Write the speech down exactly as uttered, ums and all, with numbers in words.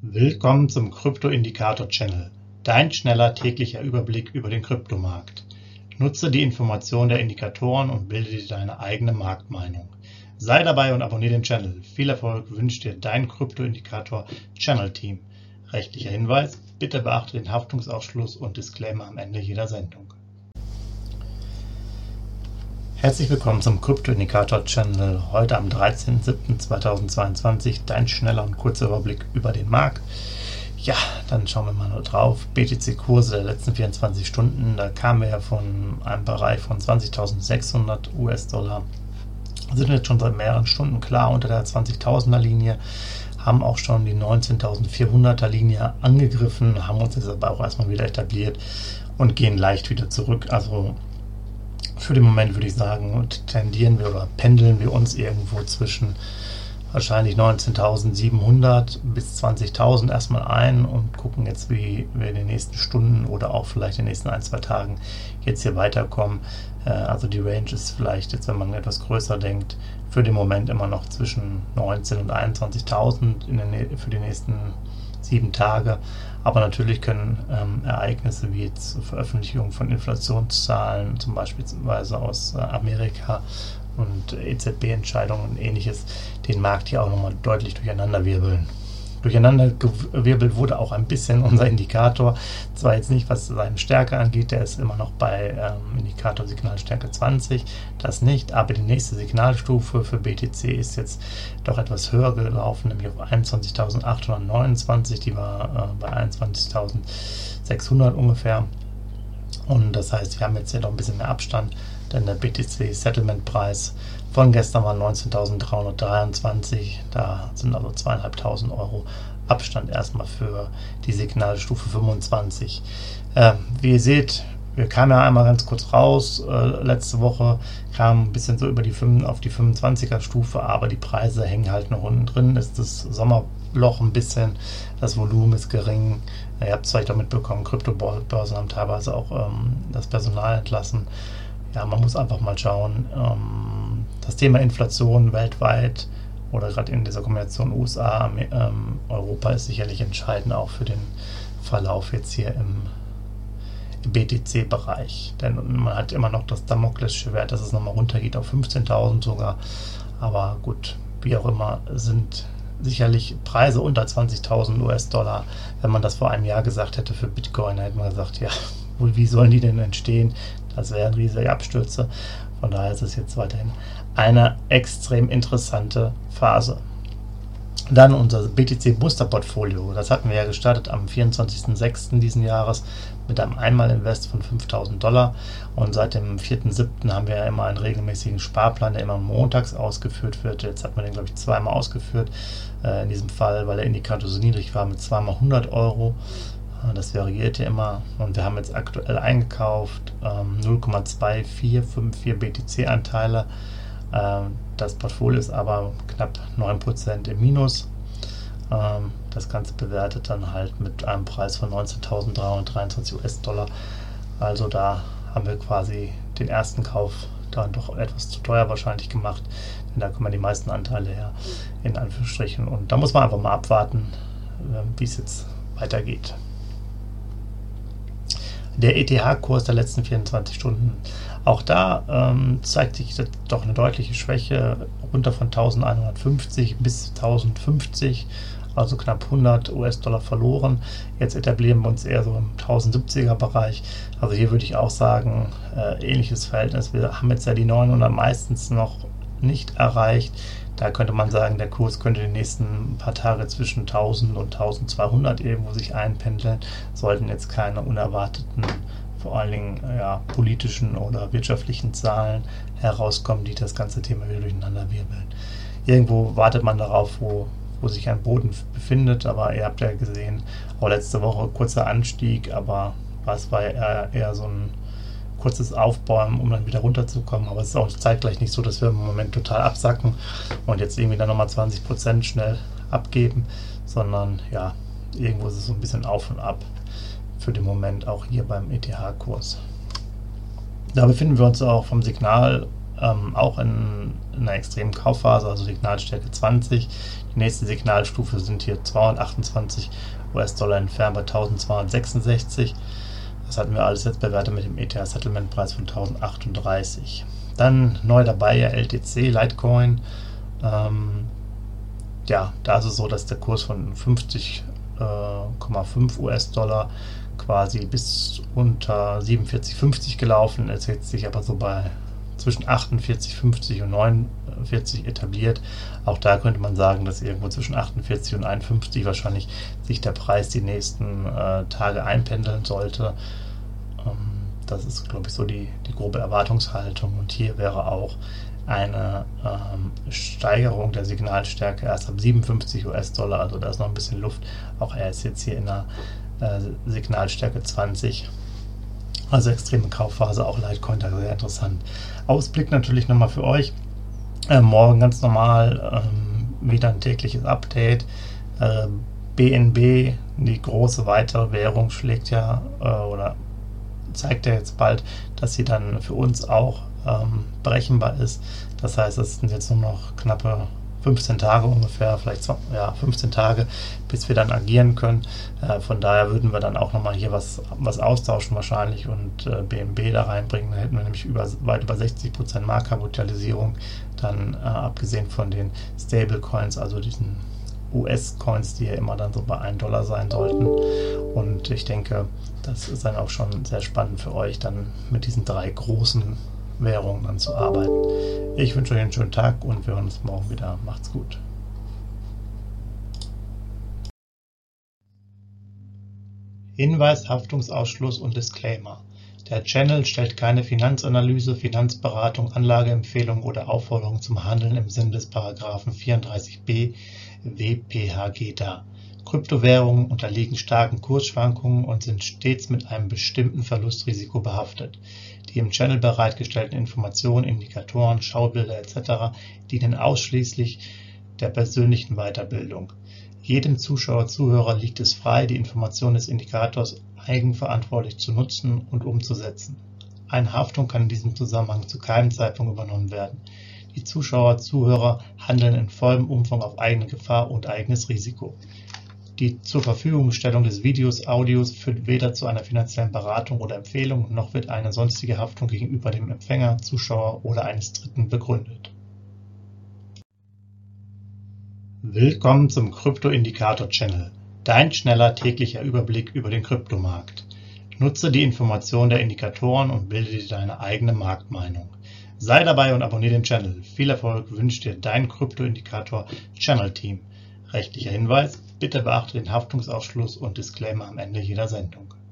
Willkommen zum Krypto-Indikator-Channel, dein schneller täglicher Überblick über den Kryptomarkt. Nutze die Informationen der Indikatoren und bilde dir deine eigene Marktmeinung. Sei dabei und abonniere den Channel. Viel Erfolg wünscht dir dein Krypto-Indikator-Channel-Team. Rechtlicher Hinweis: Bitte beachte den Haftungsausschluss und Disclaimer am Ende jeder Sendung. Herzlich willkommen zum Krypto-Indikator-Channel. Heute am dreizehnten siebten zweitausendzweiundzwanzig dein schneller und kurzer Überblick über den Markt. Ja, dann schauen wir mal nur drauf. B T C-Kurse der letzten vierundzwanzig Stunden, da kamen wir ja von einem Bereich von zwanzigtausendsechshundert US-Dollar. Sind jetzt schon seit mehreren Stunden klar unter der zwanzigtausender Linie, haben auch schon die neunzehntausendvierhunderter Linie angegriffen, haben uns jetzt aber auch erstmal wieder etabliert und gehen leicht wieder zurück. Also für den Moment würde ich sagen, tendieren wir oder pendeln wir uns irgendwo zwischen wahrscheinlich neunzehntausendsiebenhundert bis zwanzigtausend erstmal ein und gucken jetzt, wie wir in den nächsten Stunden oder auch vielleicht in den nächsten ein, zwei Tagen jetzt hier weiterkommen. Also die Range ist vielleicht jetzt, wenn man etwas größer denkt, für den Moment immer noch zwischen neunzehntausend und einundzwanzigtausend in den, für die nächsten sieben Tage. Aber natürlich können ähm, Ereignisse wie jetzt Veröffentlichung von Inflationszahlen, zum Beispiel aus äh, Amerika und E Z B-Entscheidungen und ähnliches, den Markt hier auch nochmal deutlich durcheinanderwirbeln. Durcheinandergewirbelt wurde auch ein bisschen unser Indikator, zwar jetzt nicht, was seine Stärke angeht, der ist immer noch bei ähm, Indikator Signalstärke zwanzig, das nicht, aber die nächste Signalstufe für B T C ist jetzt doch etwas höher gelaufen, nämlich auf einundzwanzigtausendachthundertneunundzwanzig, die war äh, bei einundzwanzigtausendsechshundert ungefähr. Und das heißt, wir haben jetzt hier noch ein bisschen mehr Abstand, denn der B T C-Settlement-Preis von gestern war neunzehntausenddreihundertdreiundzwanzig, da sind also zweieinhalbtausend Euro Abstand erstmal für die Signalstufe fünfundzwanzig. Äh, wie ihr seht, wir kamen ja einmal ganz kurz raus, äh, letzte Woche kam ein bisschen so über die fünf, auf die fünfundzwanziger Stufe, aber die Preise hängen halt noch unten drin, ist das Sommerloch ein bisschen, das Volumen ist gering. Ihr habt es vielleicht auch mitbekommen, Kryptobörsen haben teilweise auch ähm, das Personal entlassen. Ja, man muss einfach mal schauen, ähm, das Thema Inflation weltweit oder gerade in dieser Kombination U S A, ähm, Europa ist sicherlich entscheidend auch für den Verlauf jetzt hier im, im B T C-Bereich. Denn man hat immer noch das Damoklesschwert, dass es nochmal runtergeht auf fünfzehntausend sogar. Aber gut, wie auch immer, sind sicherlich Preise unter zwanzigtausend US-Dollar. Wenn man das vor einem Jahr gesagt hätte für Bitcoin, hätte man gesagt, ja, wie sollen die denn entstehen? Das wären riesige Abstürze. Von daher ist es jetzt weiterhin eine extrem interessante Phase. Dann unser B T C-Musterportfolio. Das hatten wir ja gestartet am vierundzwanzigsten sechsten diesen Jahres mit einem Einmal-Invest von fünftausend Dollar. Und seit dem vierten siebten haben wir ja immer einen regelmäßigen Sparplan, der immer montags ausgeführt wird. Jetzt hat man den, glaube ich, zweimal ausgeführt. Äh, in diesem Fall, weil der Indikator so niedrig war, mit zweimal hundert Euro. Das variierte immer und wir haben jetzt aktuell eingekauft ähm, null Komma zwei vier fünf vier B T C-Anteile. Ähm, das Portfolio ist aber knapp neun Prozent im Minus. Ähm, das Ganze bewertet dann halt mit einem Preis von neunzehntausenddreihundertdreiundzwanzig US-Dollar. Also da haben wir quasi den ersten Kauf dann doch etwas zu teuer wahrscheinlich gemacht, denn da kommen die meisten Anteile her, in Anführungsstrichen. Und da muss man einfach mal abwarten, äh, wie es jetzt weitergeht. Der E T H-Kurs der letzten vierundzwanzig Stunden, auch da ähm, zeigt sich doch eine deutliche Schwäche, runter von eintausendeinhundertfünfzig bis tausendfünfzig, also knapp hundert US-Dollar verloren. Jetzt etablieren wir uns eher so im tausendsiebziger Bereich. Also hier würde ich auch sagen, äh, ähnliches Verhältnis. Wir haben jetzt ja die neunhundert meistens noch nicht erreicht. Da könnte man sagen, der Kurs könnte die nächsten paar Tage zwischen tausend und tausendzweihundert irgendwo sich einpendeln. Sollten jetzt keine unerwarteten, vor allen Dingen ja, politischen oder wirtschaftlichen Zahlen herauskommen, die das ganze Thema wieder durcheinander wirbeln. Irgendwo wartet man darauf, wo, wo sich ein Boden befindet, aber ihr habt ja gesehen, auch letzte Woche kurzer Anstieg, aber es war eher, eher so ein kurzes Aufbäumen, um dann wieder runterzukommen, aber es ist auch zeitgleich nicht so, dass wir im Moment total absacken und jetzt irgendwie dann nochmal zwanzig Prozent schnell abgeben, sondern ja, irgendwo ist es so ein bisschen auf und ab für den Moment auch hier beim E T H-Kurs. Da befinden wir uns auch vom Signal ähm, auch in, in einer extremen Kaufphase, also Signalstärke zwanzig. Die nächste Signalstufe sind hier zweihundertachtundzwanzig US-Dollar entfernt bei eintausendzweihundertsechsundsechzig. Das hatten wir alles jetzt bewertet mit dem E T H-Settlement-Preis von tausendachtunddreißig. Dann neu dabei ja L T C, Litecoin. Ähm, ja, da ist es so, dass der Kurs von fünfzig Komma fünf US-Dollar quasi bis unter siebenundvierzig fünfzig gelaufen ist, jetzt sich aber so bei zwischen achtundvierzig fünfzig und neunundvierzig etabliert. Auch da könnte man sagen, dass irgendwo zwischen achtundvierzig und einundfünfzig wahrscheinlich sich der Preis die nächsten äh, Tage einpendeln sollte. Ähm, das ist, glaube ich, so die, die grobe Erwartungshaltung. Und hier wäre auch eine ähm, Steigerung der Signalstärke erst ab siebenundfünfzig US-Dollar, also da ist noch ein bisschen Luft. Auch er ist jetzt hier in der äh, Signalstärke zwanzig. Also extreme Kaufphase, auch Litecoin da sehr interessant. Ausblick natürlich nochmal für euch. Äh, morgen ganz normal ähm, wieder ein tägliches Update. Äh, B N B, die große weitere Währung, schlägt ja äh, oder zeigt ja jetzt bald, dass sie dann für uns auch ähm, berechenbar ist. Das heißt, es sind jetzt nur noch knappe fünfzehn Tage ungefähr, vielleicht zwanzig, ja, fünfzehn Tage, bis wir dann agieren können. Äh, von daher würden wir dann auch nochmal hier was, was austauschen wahrscheinlich und äh, B N B da reinbringen. Da hätten wir nämlich über, weit über sechzig Prozent Marktkapitalisierung, dann äh, abgesehen von den Stablecoins, also diesen U S-Coins, die ja immer dann so bei einem Dollar sein sollten. Und ich denke, das ist dann auch schon sehr spannend für euch, dann mit diesen drei großen Währungen dann zu arbeiten. Ich wünsche euch einen schönen Tag und wir hören uns morgen wieder. Macht's gut. Hinweis, Haftungsausschluss und Disclaimer. Der Channel stellt keine Finanzanalyse, Finanzberatung, Anlageempfehlung oder Aufforderung zum Handeln im Sinne des Paragraphen vierunddreißig b W P H G dar. Kryptowährungen unterliegen starken Kursschwankungen und sind stets mit einem bestimmten Verlustrisiko behaftet. Die im Channel bereitgestellten Informationen, Indikatoren, Schaubilder et cetera dienen ausschließlich der persönlichen Weiterbildung. Jedem Zuschauer, Zuhörer liegt es frei, die Informationen des Indikators eigenverantwortlich zu nutzen und umzusetzen. Eine Haftung kann in diesem Zusammenhang zu keinem Zeitpunkt übernommen werden. Die Zuschauer, Zuhörer handeln in vollem Umfang auf eigene Gefahr und eigenes Risiko. Die Zurverfügungstellung des Videos, Audios führt weder zu einer finanziellen Beratung oder Empfehlung, noch wird eine sonstige Haftung gegenüber dem Empfänger, Zuschauer oder eines Dritten begründet. Willkommen zum Krypto-Indikator-Channel, dein schneller täglicher Überblick über den Kryptomarkt. Nutze die Informationen der Indikatoren und bilde dir deine eigene Marktmeinung. Sei dabei und abonniere den Channel. Viel Erfolg wünscht dir dein Krypto-Indikator-Channel-Team. Rechtlicher Hinweis: Bitte beachte den Haftungsausschluss und Disclaimer am Ende jeder Sendung.